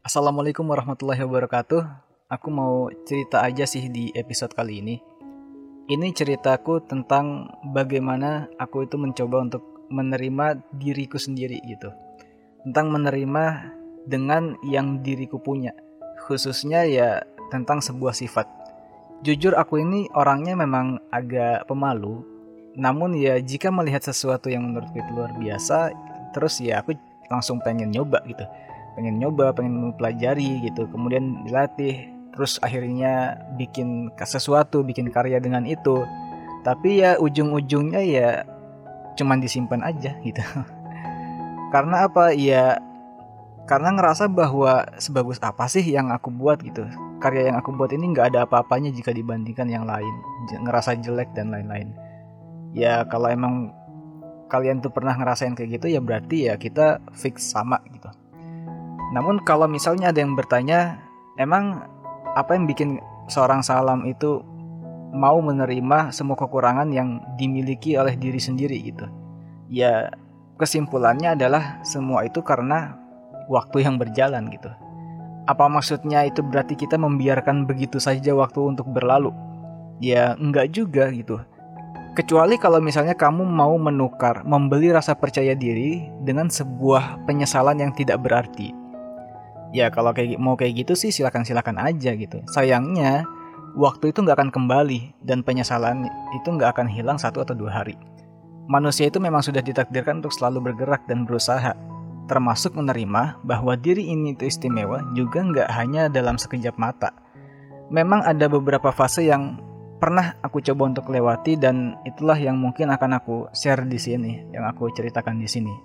Assalamualaikum warahmatullahi wabarakatuh. Aku mau cerita aja sih di episode kali ini. Ini ceritaku tentang bagaimana aku itu mencoba untuk menerima diriku sendiri gitu. Tentang menerima dengan yang diriku punya. Khususnya ya tentang sebuah sifat. Jujur aku ini orangnya memang agak pemalu. Namun ya jika melihat sesuatu yang menurutku itu luar biasa, terus ya aku langsung pengen nyoba gitu, pengen mempelajari gitu, kemudian dilatih, terus akhirnya bikin sesuatu, bikin karya dengan itu. Tapi ya ujung-ujungnya ya cuman disimpan aja gitu. Karena apa? Ya karena ngerasa bahwa sebagus apa sih yang aku buat gitu. Karya yang aku buat ini nggak ada apa-apanya jika dibandingkan yang lain. Ngerasa jelek dan lain-lain. Ya kalau emang kalian tuh pernah ngerasain kayak gitu ya berarti ya kita fix sama gitu. Namun kalau misalnya ada yang bertanya, emang apa yang bikin seorang Salam itu mau menerima semua kekurangan yang dimiliki oleh diri sendiri gitu? Ya kesimpulannya adalah semua itu karena waktu yang berjalan gitu. Apa maksudnya itu berarti kita membiarkan begitu saja waktu untuk berlalu? Ya enggak juga gitu. Kecuali kalau misalnya kamu mau membeli rasa percaya diri dengan sebuah penyesalan yang tidak berarti. Ya kalau mau kayak gitu sih silakan aja gitu. Sayangnya waktu itu nggak akan kembali dan penyesalan itu nggak akan hilang 1 atau 2 hari. Manusia itu memang sudah ditakdirkan untuk selalu bergerak dan berusaha, termasuk menerima bahwa diri ini itu istimewa juga nggak hanya dalam sekejap mata. Memang ada beberapa fase yang pernah aku coba untuk lewati dan itulah yang mungkin akan aku share di sini, yang aku ceritakan di sini.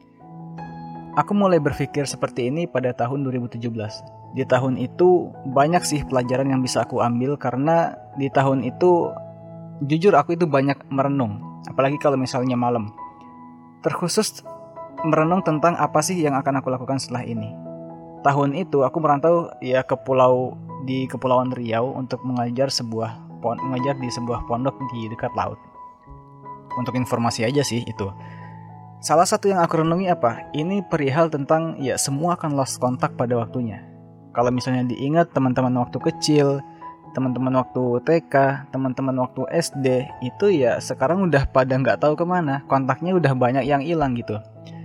Aku mulai berpikir seperti ini pada tahun 2017. Di tahun itu banyak sih pelajaran yang bisa aku ambil karena di tahun itu jujur aku itu banyak merenung, apalagi kalau misalnya malam. Terkhusus merenung tentang apa sih yang akan aku lakukan setelah ini. Tahun itu aku merantau ya ke di Kepulauan Riau untuk mengajar di sebuah pondok di dekat laut. Untuk informasi aja sih itu. Salah satu yang aku renungi apa? Ini perihal tentang ya semua akan lost kontak pada waktunya. Kalau misalnya diingat teman-teman waktu kecil, teman-teman waktu TK, teman-teman waktu SD, itu ya sekarang udah pada nggak tahu kemana. Kontaknya udah banyak yang hilang gitu.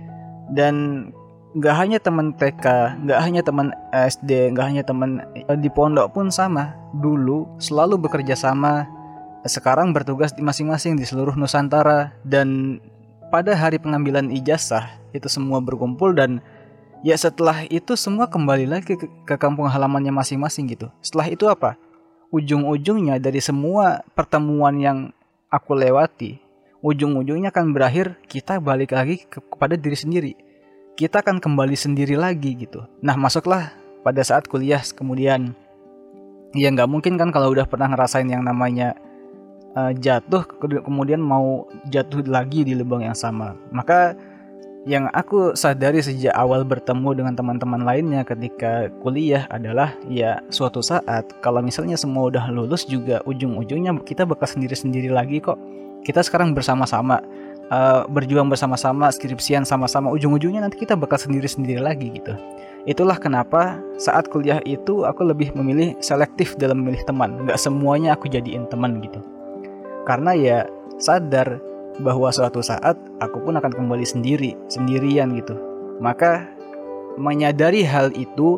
Dan nggak hanya teman TK, nggak hanya teman SD, nggak hanya teman di pondok pun sama. Dulu selalu bekerja sama, sekarang bertugas di masing-masing di seluruh Nusantara, dan pada hari pengambilan ijazah itu semua berkumpul dan ya setelah itu semua kembali lagi ke kampung halamannya masing-masing gitu. Setelah itu apa? Ujung-ujungnya dari semua pertemuan yang aku lewati, ujung-ujungnya akan berakhir kita balik lagi kepada diri sendiri. Kita akan kembali sendiri lagi gitu. Nah masuklah pada saat kuliah kemudian. Ya nggak mungkin kan kalau udah pernah ngerasain yang namanya jatuh kemudian mau jatuh lagi di lubang yang sama. Maka yang aku sadari sejak awal bertemu dengan teman-teman lainnya ketika kuliah adalah ya suatu saat kalau misalnya semua udah lulus juga ujung-ujungnya kita bakal sendiri-sendiri lagi kok. Kita sekarang bersama-sama berjuang bersama-sama, skripsian sama-sama, ujung-ujungnya nanti kita bakal sendiri-sendiri lagi gitu. Itulah kenapa saat kuliah itu aku lebih memilih selektif dalam memilih teman. Gak semuanya aku jadiin teman gitu. Karena ya sadar bahwa suatu saat aku pun akan kembali sendirian gitu. Maka menyadari hal itu,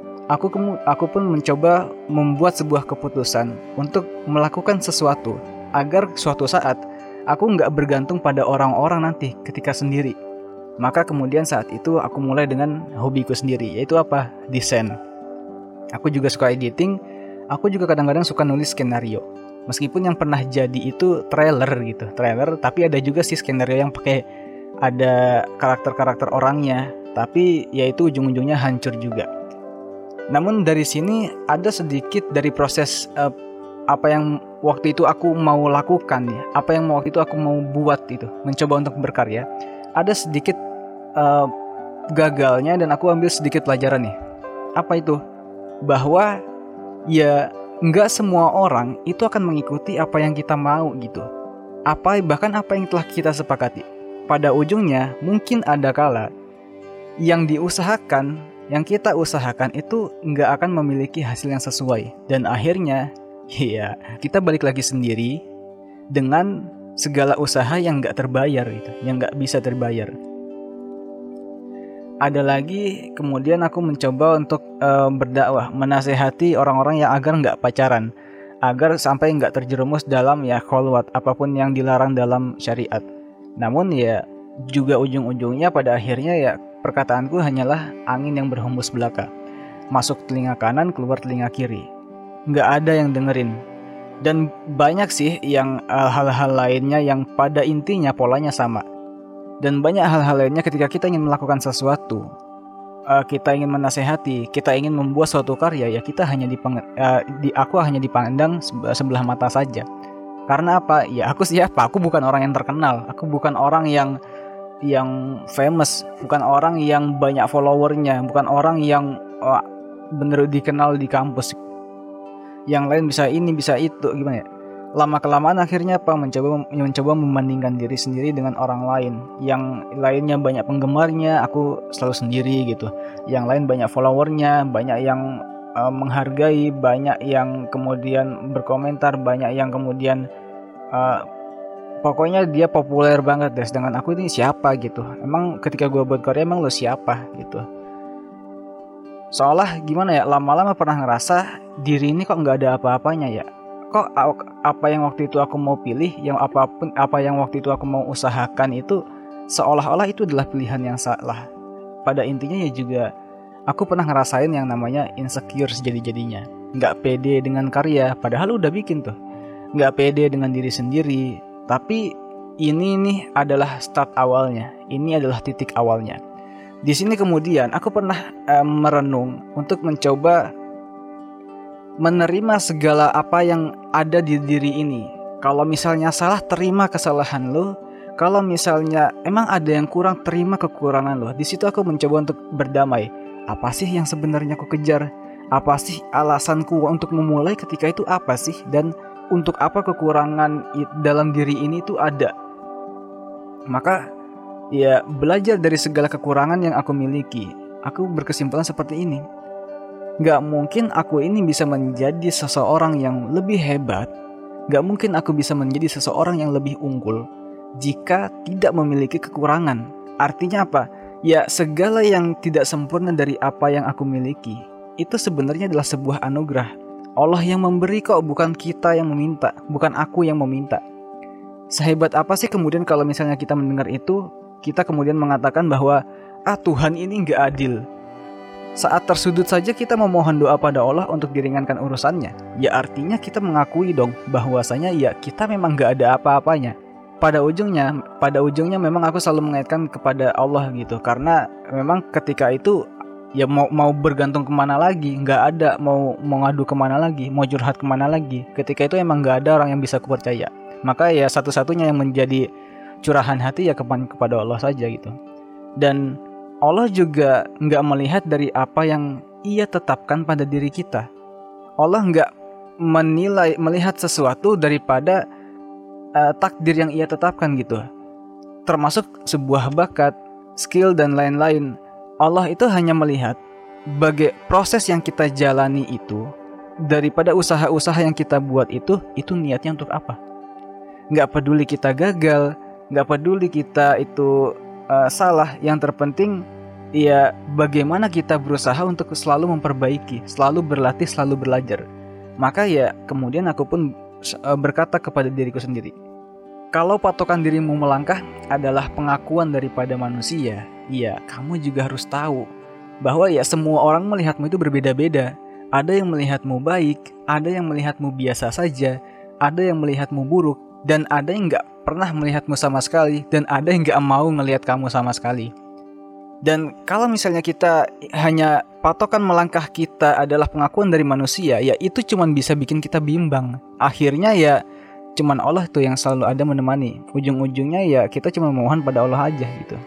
aku pun mencoba membuat sebuah keputusan untuk melakukan sesuatu agar suatu saat aku nggak bergantung pada orang-orang nanti ketika sendiri. Maka kemudian saat itu aku mulai dengan hobiku sendiri, yaitu apa? Desain. Aku juga suka editing, aku juga kadang-kadang suka nulis skenario. Meskipun yang pernah jadi itu trailer, tapi ada juga sih skenario yang pakai ada karakter-karakter orangnya, tapi ya itu ujung-ujungnya hancur juga. Namun dari sini ada sedikit dari proses apa yang waktu itu aku mau lakukan ya, apa yang waktu itu aku mau buat itu, mencoba untuk berkarya. Ada sedikit gagalnya dan aku ambil sedikit pelajaran nih. Apa itu? Bahwa ya nggak semua orang itu akan mengikuti apa yang kita mau gitu. Bahkan apa yang telah kita sepakati. Pada ujungnya mungkin ada kala yang diusahakan Yang kita usahakan itu nggak akan memiliki hasil yang sesuai. Dan akhirnya, ya kita balik lagi sendiri dengan segala usaha yang nggak terbayar gitu, yang nggak bisa terbayar. Ada lagi kemudian aku mencoba untuk berdakwah, menasehati orang-orang yang agar nggak pacaran, agar sampai nggak terjerumus dalam ya kholwat, apapun yang dilarang dalam syariat. Namun ya juga ujung-ujungnya pada akhirnya ya perkataanku hanyalah angin yang berhembus belaka, masuk telinga kanan keluar telinga kiri, nggak ada yang dengerin. Dan banyak sih yang hal-hal lainnya yang pada intinya polanya sama. Dan banyak hal-hal lainnya ketika kita ingin melakukan sesuatu, kita ingin menasehati, kita ingin membuat suatu karya, ya kita hanya aku hanya dipandang sebelah mata saja. Karena apa? Ya aku siapa? Aku bukan orang yang terkenal, aku bukan orang yang famous, bukan orang yang banyak followernya, bukan orang yang bener dikenal di kampus. Yang lain bisa ini, bisa itu, gimana ya? Lama kelamaan akhirnya mencoba membandingkan diri sendiri dengan orang lain. Yang lainnya banyak penggemarnya, aku selalu sendiri gitu. Yang lain banyak followernya, banyak yang menghargai, banyak yang kemudian berkomentar, banyak yang kemudian pokoknya dia populer banget deh. Sedangkan aku ini siapa gitu? Emang ketika gue buat karya emang lo siapa gitu? Seolah gimana ya, lama-lama pernah ngerasa diri ini kok nggak ada apa-apanya ya. Kok apa yang waktu itu aku mau pilih, apa yang waktu itu aku mau usahakan itu seolah-olah itu adalah pilihan yang salah. Pada intinya ya juga aku pernah ngerasain yang namanya insecure sejadi-jadinya. Nggak pede dengan karya, padahal udah bikin tuh. Nggak pede dengan diri sendiri, tapi ini nih adalah start awalnya. Ini adalah titik awalnya. Di sini kemudian aku pernah merenung untuk mencoba menerima segala apa yang ada di diri ini. Kalau misalnya salah, terima kesalahan lo. Kalau misalnya emang ada yang kurang, terima kekurangan lo. Di situ aku mencoba untuk berdamai. Apa sih yang sebenarnya aku kejar? Apa sih alasanku untuk memulai ketika itu apa sih? Dan untuk apa kekurangan dalam diri ini itu ada? Maka ya belajar dari segala kekurangan yang aku miliki. Aku berkesimpulan seperti ini. Gak mungkin aku ini bisa menjadi seseorang yang lebih hebat. Gak mungkin aku bisa menjadi seseorang yang lebih unggul jika tidak memiliki kekurangan. Artinya apa? Ya segala yang tidak sempurna dari apa yang aku miliki itu sebenarnya adalah sebuah anugerah. Allah yang memberi kok, bukan kita yang meminta, bukan aku yang meminta. Sehebat apa sih kemudian kalau misalnya kita mendengar itu, kita kemudian mengatakan bahwa Tuhan ini gak adil. Saat tersudut saja kita memohon doa pada Allah untuk diringankan urusannya. Ya artinya kita mengakui dong bahwasanya ya kita memang gak ada apa-apanya. Pada ujungnya memang aku selalu mengaitkan kepada Allah gitu. Karena memang ketika itu ya mau bergantung kemana lagi, gak ada, mau ngadu kemana lagi, mau curhat kemana lagi. Ketika itu emang gak ada orang yang bisa kupercaya. Maka ya satu-satunya yang menjadi curahan hati ya kepada Allah saja gitu. Dan Allah juga nggak melihat dari apa yang Ia tetapkan pada diri kita. Allah nggak melihat sesuatu daripada takdir yang Ia tetapkan gitu. Termasuk sebuah bakat, skill dan lain-lain. Allah itu hanya melihat proses yang kita jalani itu, daripada usaha-usaha yang kita buat itu niatnya untuk apa. Nggak peduli kita gagal, nggak peduli kita itu salah, yang terpenting ya bagaimana kita berusaha untuk selalu memperbaiki, selalu berlatih, selalu belajar. Maka ya kemudian aku pun berkata kepada diriku sendiri, kalau patokan dirimu melangkah adalah pengakuan daripada manusia, ya kamu juga harus tahu bahwa ya semua orang melihatmu itu berbeda-beda. Ada yang melihatmu baik, ada yang melihatmu biasa saja, ada yang melihatmu buruk, dan ada yang gak pernah melihatmu sama sekali, dan ada yang gak mau ngelihat kamu sama sekali. Dan kalau misalnya kita hanya patokan melangkah kita adalah pengakuan dari manusia, ya itu cuman bisa bikin kita bimbang. Akhirnya ya cuman Allah tuh yang selalu ada menemani. Ujung-ujungnya ya kita cuma mohon pada Allah aja gitu.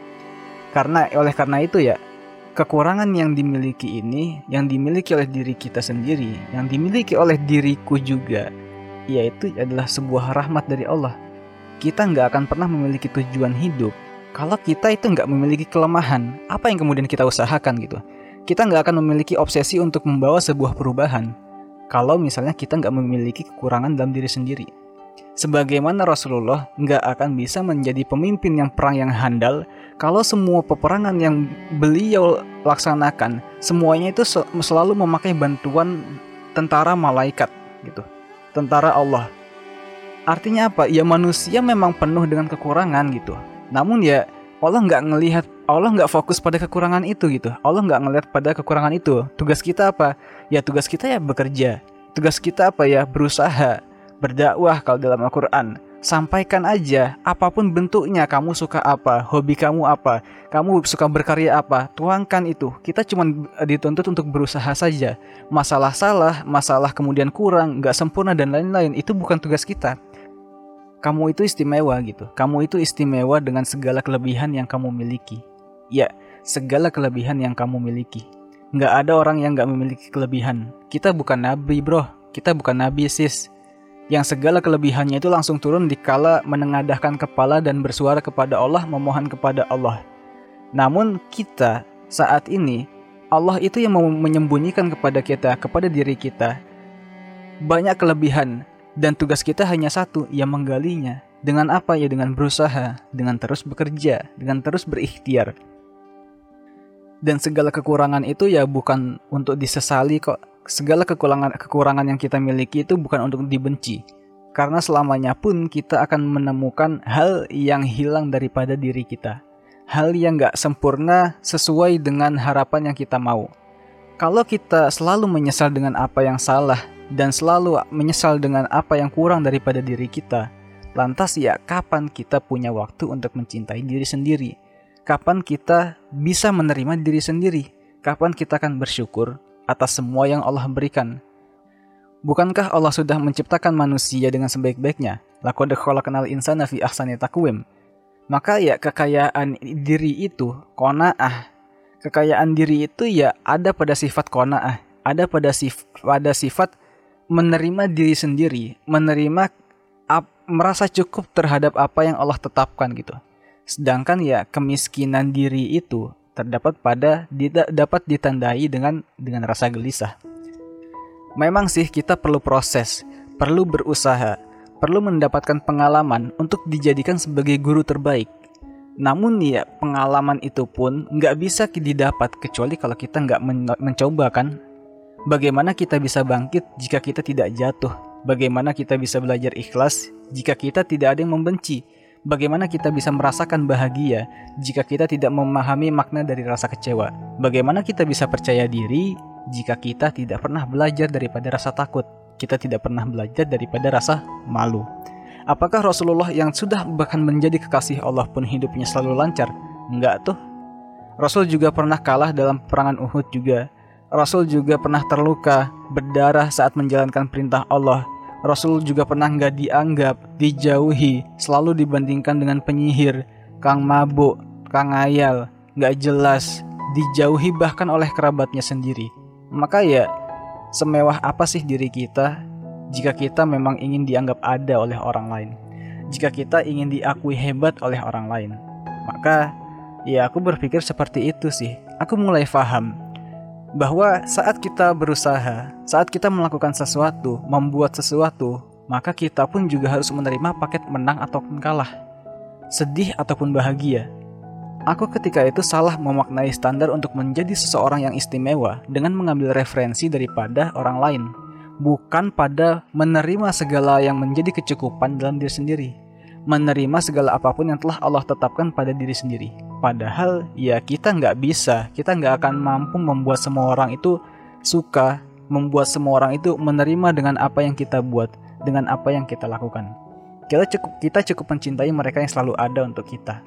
Oleh karena itu ya kekurangan yang dimiliki ini, yang dimiliki oleh diri kita sendiri, yang dimiliki oleh diriku juga, yaitu adalah sebuah rahmat dari Allah. Kita nggak akan pernah memiliki tujuan hidup kalau kita itu nggak memiliki kelemahan. Apa yang kemudian kita usahakan gitu? kita nggak akan memiliki obsesi untuk membawa sebuah perubahan kalau misalnya kita nggak memiliki kekurangan dalam diri sendiri. Sebagaimana Rasulullah nggak akan bisa menjadi pemimpin yang perang yang handal kalau semua peperangan yang beliau laksanakan semuanya itu selalu memakai bantuan tentara malaikat gitu, tentara Allah. Artinya apa? Ya manusia memang penuh dengan kekurangan gitu. Namun ya Allah nggak fokus pada kekurangan itu gitu. Allah nggak ngelihat pada kekurangan itu. Tugas kita apa? Ya tugas kita ya bekerja. Tugas kita apa ya? Berusaha, berdakwah kalau dalam Al-Quran. Sampaikan aja apapun bentuknya, kamu suka apa, hobi kamu apa, kamu suka berkarya apa, tuangkan itu. Kita cuma dituntut untuk berusaha saja. Masalah salah, masalah kemudian kurang, nggak sempurna dan lain-lain, itu bukan tugas kita. Kamu itu istimewa gitu. Kamu itu istimewa dengan segala kelebihan yang kamu miliki. Ya, segala kelebihan yang kamu miliki. Nggak ada orang yang nggak memiliki kelebihan. Kita bukan nabi bro, kita bukan nabi sis. Yang segala kelebihannya itu langsung turun dikala menengadahkan kepala dan bersuara kepada Allah, memohon kepada Allah. Namun kita saat ini, Allah itu yang mau menyembunyikan kepada kita, kepada diri kita, banyak kelebihan. Dan tugas kita hanya satu, ya menggalinya. Dengan apa? Ya dengan berusaha, dengan terus bekerja, dengan terus berikhtiar. Dan segala kekurangan itu ya bukan untuk disesali kok. Segala kekurangan yang kita miliki itu bukan untuk dibenci. Karena selamanya pun kita akan menemukan hal yang hilang daripada diri kita. Hal yang gak sempurna sesuai dengan harapan yang kita mau. Kalau kita selalu menyesal dengan apa yang salah dan selalu menyesal dengan apa yang kurang daripada diri kita, lantas ya kapan kita punya waktu untuk mencintai diri sendiri? Kapan kita bisa menerima diri sendiri? Kapan kita akan bersyukur atas semua yang Allah berikan? Bukankah Allah sudah menciptakan manusia dengan sebaik-baiknya? Laqad khalaqnal insana fi ahsani taqwim. Maka ya kekayaan diri itu qanaah. Kekayaan diri itu ya ada pada sifat qanaah, ada pada sifat menerima diri sendiri, merasa cukup terhadap apa yang Allah tetapkan gitu. Sedangkan ya kemiskinan diri itu dapat ditandai dengan rasa gelisah. Memang sih kita perlu proses, perlu berusaha, perlu mendapatkan pengalaman untuk dijadikan sebagai guru terbaik. Namun ya pengalaman itu pun nggak bisa didapat kecuali kalau kita nggak mencoba kan. Bagaimana kita bisa bangkit jika kita tidak jatuh? Bagaimana kita bisa belajar ikhlas jika kita tidak ada yang membenci? Bagaimana kita bisa merasakan bahagia jika kita tidak memahami makna dari rasa kecewa? Bagaimana kita bisa percaya diri jika kita tidak pernah belajar daripada rasa takut? Kita tidak pernah belajar daripada rasa malu. Apakah Rasulullah yang sudah bahkan menjadi kekasih Allah pun hidupnya selalu lancar? Enggak tuh. Rasul juga pernah kalah dalam peperangan Uhud juga. Rasul juga pernah terluka, berdarah saat menjalankan perintah Allah. Rasul juga pernah nggak dianggap, dijauhi, selalu dibandingkan dengan penyihir, kang mabuk, kang ngayal, nggak jelas, dijauhi bahkan oleh kerabatnya sendiri. Maka ya, semewah apa sih diri kita jika kita memang ingin dianggap ada oleh orang lain? Jika kita ingin diakui hebat oleh orang lain? Maka ya aku berpikir seperti itu sih. Aku mulai paham bahwa saat kita berusaha, saat kita melakukan sesuatu, membuat sesuatu, maka kita pun juga harus menerima paket menang ataupun kalah, sedih ataupun bahagia. Aku ketika itu salah memaknai standar untuk menjadi seseorang yang istimewa dengan mengambil referensi daripada orang lain, bukan pada menerima segala yang menjadi kecukupan dalam diri sendiri, menerima segala apapun yang telah Allah tetapkan pada diri sendiri. Padahal ya kita nggak bisa, kita nggak akan mampu membuat semua orang itu suka, membuat semua orang itu menerima dengan apa yang kita buat, dengan apa yang kita lakukan. Kita cukup mencintai mereka yang selalu ada untuk kita.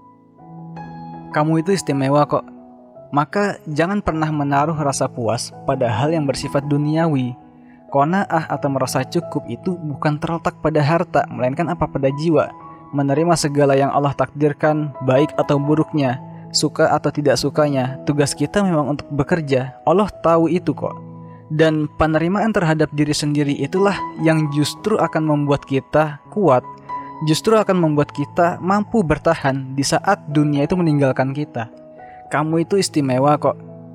Kamu itu istimewa kok. Maka jangan pernah menaruh rasa puas pada hal yang bersifat duniawi. Qanaah atau merasa cukup itu bukan terletak pada harta, melainkan pada jiwa. Menerima segala yang Allah takdirkan, baik atau buruknya, suka atau tidak sukanya. Tugas kita memang untuk bekerja. Allah tahu itu kok. Dan penerimaan terhadap diri sendiri itulah yang justru akan membuat kita kuat, justru akan membuat kita mampu bertahan di saat dunia itu meninggalkan kita. Kamu itu istimewa kok.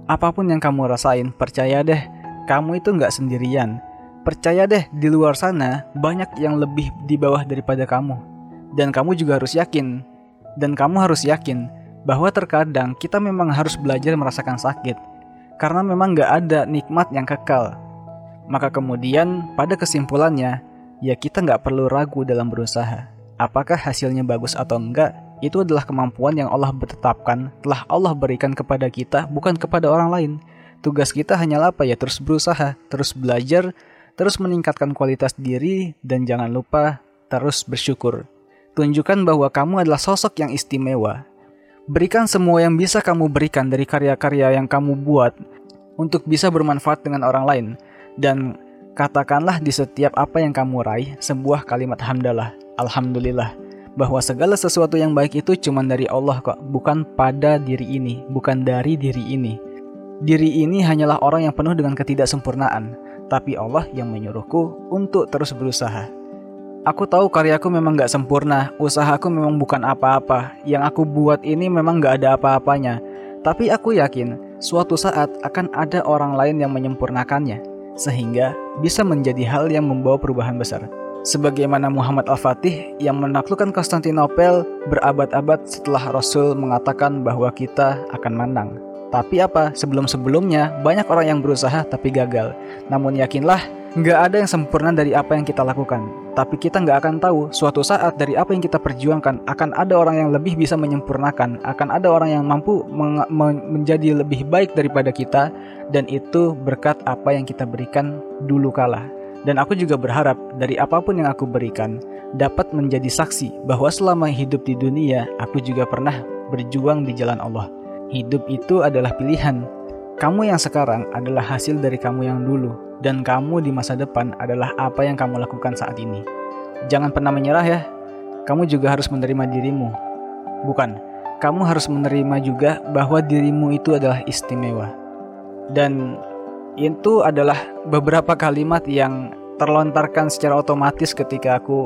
apapun yang kamu rasain, percaya deh, kamu itu nggak sendirian. Percaya deh, di luar sana banyak yang lebih di bawah daripada kamu. Dan kamu juga harus yakin, dan kamu harus yakin bahwa terkadang kita memang harus belajar merasakan sakit. Karena memang nggak ada nikmat yang kekal. Maka kemudian pada kesimpulannya, ya kita nggak perlu ragu dalam berusaha. Apakah hasilnya bagus atau enggak, itu adalah kemampuan yang Allah tetapkan, telah Allah berikan kepada kita, bukan kepada orang lain. Tugas kita hanyalah apa ya? Terus berusaha, terus belajar, terus meningkatkan kualitas diri, dan jangan lupa terus bersyukur. Tunjukkan bahwa kamu adalah sosok yang istimewa. Berikan semua yang bisa kamu berikan dari karya-karya yang kamu buat untuk bisa bermanfaat dengan orang lain. Dan katakanlah di setiap apa yang kamu raih sebuah kalimat hamdalah, alhamdulillah, bahwa segala sesuatu yang baik itu cuma dari Allah kok, bukan pada diri ini, bukan dari diri ini. Diri ini hanyalah orang yang penuh dengan ketidaksempurnaan, tapi Allah yang menyuruhku untuk terus berusaha. Aku tahu karyaku memang gak sempurna, usahaku memang bukan apa-apa, yang aku buat ini memang gak ada apa-apanya, tapi aku yakin suatu saat akan ada orang lain yang menyempurnakannya, sehingga bisa menjadi hal yang membawa perubahan besar. Sebagaimana Muhammad Al-Fatih yang menaklukkan Konstantinopel berabad-abad setelah Rasul mengatakan bahwa kita akan menang. Tapi apa? Sebelum-sebelumnya banyak orang yang berusaha tapi gagal. Namun yakinlah, nggak ada yang sempurna dari apa yang kita lakukan. Tapi kita nggak akan tahu suatu saat dari apa yang kita perjuangkan akan ada orang yang lebih bisa menyempurnakan, akan ada orang yang mampu menjadi lebih baik daripada kita, dan itu berkat apa yang kita berikan dulu kala. Dan aku juga berharap dari apapun yang aku berikan dapat menjadi saksi bahwa selama hidup di dunia aku juga pernah berjuang di jalan Allah. Hidup itu adalah pilihan. Kamu yang sekarang adalah hasil dari kamu yang dulu, dan kamu di masa depan adalah apa yang kamu lakukan saat ini. Jangan pernah menyerah ya. Kamu juga harus menerima dirimu. Bukan, kamu harus menerima juga bahwa dirimu itu adalah istimewa. Dan itu adalah beberapa kalimat yang terlontarkan secara otomatis ketika aku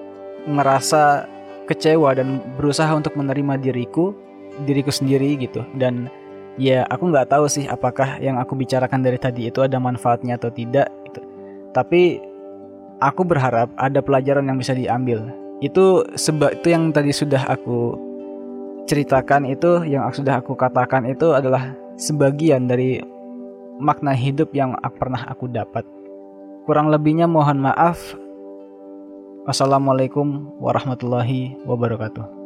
merasa kecewa dan berusaha untuk menerima diriku sendiri gitu. Dan ya aku nggak tahu sih apakah yang aku bicarakan dari tadi itu ada manfaatnya atau tidak gitu. Tapi aku berharap ada pelajaran yang bisa diambil. Itu yang tadi sudah aku ceritakan, itu yang sudah aku katakan itu adalah sebagian dari makna hidup yang pernah aku dapat. Kurang lebihnya mohon maaf. Wassalamualaikum warahmatullahi wabarakatuh.